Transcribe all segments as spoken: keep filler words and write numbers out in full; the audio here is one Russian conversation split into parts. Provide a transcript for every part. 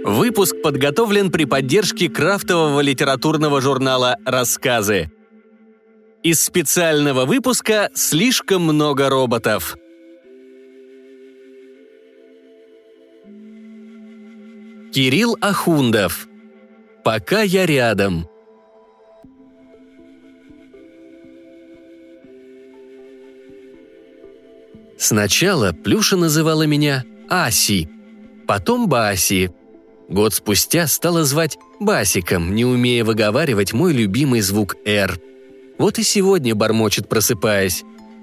Выпуск подготовлен при поддержке крафтового литературного журнала «Рассказы». Из специального выпуска «Слишком много роботов». Кирилл Ахундов. «Пока я рядом». Сначала Плюша называла меня Аси, потом Баси. Год спустя стала звать Басиком, не умея выговаривать мой любимый звук «Р». Вот и сегодня бормочет, просыпаясь.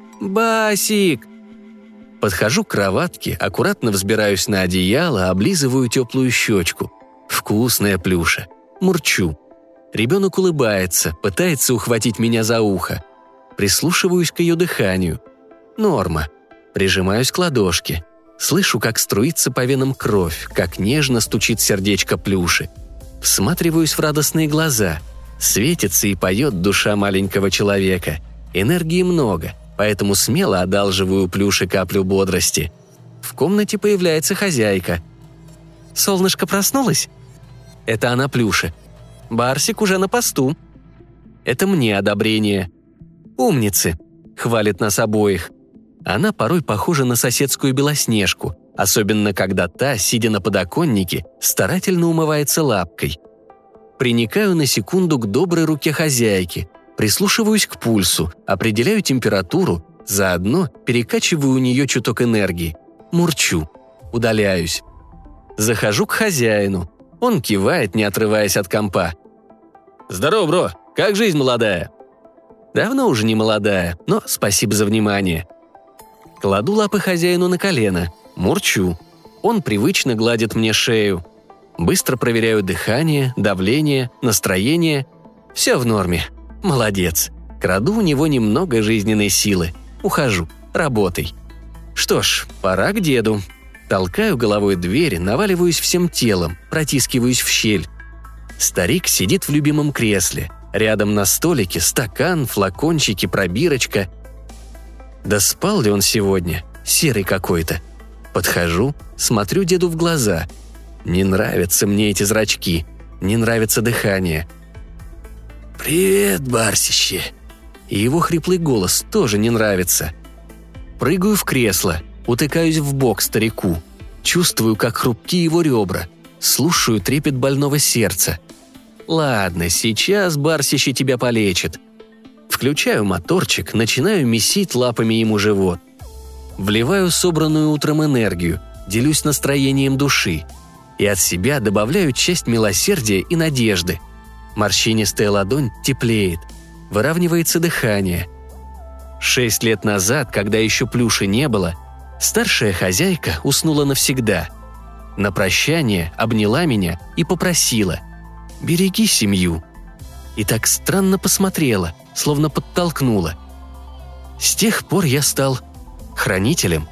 «Басик!» Подхожу к кроватке, аккуратно взбираюсь на одеяло, облизываю теплую щечку. Вкусная Плюша. Мурчу. Ребенок улыбается, пытается ухватить меня за ухо. Прислушиваюсь к ее дыханию. Норма. Прижимаюсь к ладошке. Слышу, как струится по венам кровь, как нежно стучит сердечко Плюши. Всматриваюсь в радостные глаза. Светится и поет душа маленького человека. Энергии много, поэтому смело одалживаю Плюше каплю бодрости. В комнате появляется хозяйка. «Солнышко проснулось?» Это она Плюше. «Барсик уже на посту». Это мне одобрение. «Умницы», — хвалит нас обоих. Она порой похожа на соседскую Белоснежку, особенно когда та, сидя на подоконнике, старательно умывается лапкой. Приникаю на секунду к доброй руке хозяйки, прислушиваюсь к пульсу, определяю температуру, заодно перекачиваю у нее чуток энергии. Мурчу. Удаляюсь. Захожу к хозяину. Он кивает, не отрываясь от компа. «Здорово, бро! Как жизнь молодая?» Давно уже не молодая, но спасибо за внимание. Кладу лапы хозяину на колено. Мурчу. Он привычно гладит мне шею. Быстро проверяю дыхание, давление, настроение. Все в норме. Молодец. Краду у него немного жизненной силы. Ухожу. Работай. Что ж, пора к деду. Толкаю головой дверь, наваливаюсь всем телом, протискиваюсь в щель. Старик сидит в любимом кресле. Рядом на столике стакан, флакончики, пробирочка. Да спал ли он сегодня? Серый какой-то. Подхожу, смотрю деду в глаза. Не нравятся мне эти зрачки. Не нравится дыхание. «Привет, Барсище!» И его хриплый голос тоже не нравится. Прыгаю в кресло, утыкаюсь в бок старику. Чувствую, как хрупки его ребра. Слушаю трепет больного сердца. «Ладно, сейчас Барсище тебя полечит». Включаю моторчик, начинаю месить лапами ему живот. Вливаю собранную утром энергию, делюсь настроением души. И от себя добавляю часть милосердия и надежды. Морщинистая ладонь теплеет. Выравнивается дыхание. Шесть лет назад, когда еще Плюши не было, старшая хозяйка уснула навсегда. На прощание обняла меня и попросила: «Береги семью». И так странно посмотрела, словно подтолкнула. С тех пор я стал хранителем.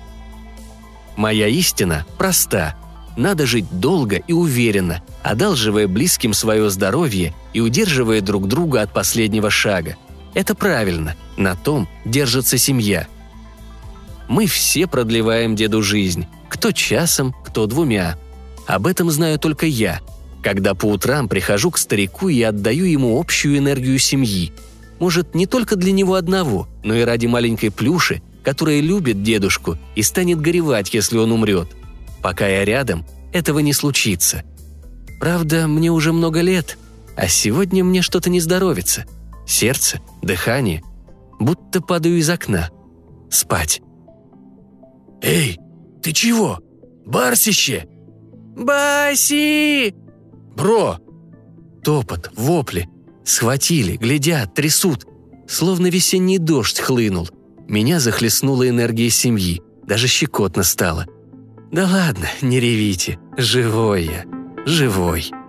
Моя истина проста. Надо жить долго и уверенно, одалживая близким свое здоровье и удерживая друг друга от последнего шага. Это правильно, на том держится семья. Мы все продлеваем деду жизнь, кто часом, кто двумя. Об этом знаю только я, когда по утрам прихожу к старику и отдаю ему общую энергию семьи. Может, не только для него одного, но и ради маленькой Плюши, которая любит дедушку и станет горевать, если он умрет. Пока я рядом, этого не случится. Правда, мне уже много лет, а сегодня мне что-то не здоровится. Сердце, дыхание. Будто падаю из окна. Спать. «Эй, ты чего? Барсище!» «Баси!» «Бро!» Топот, вопли. Схватили, глядят, трясут. Словно весенний дождь хлынул. Меня захлестнула энергия семьи. Даже щекотно стало. Да ладно, не ревите. Живой я. Живой.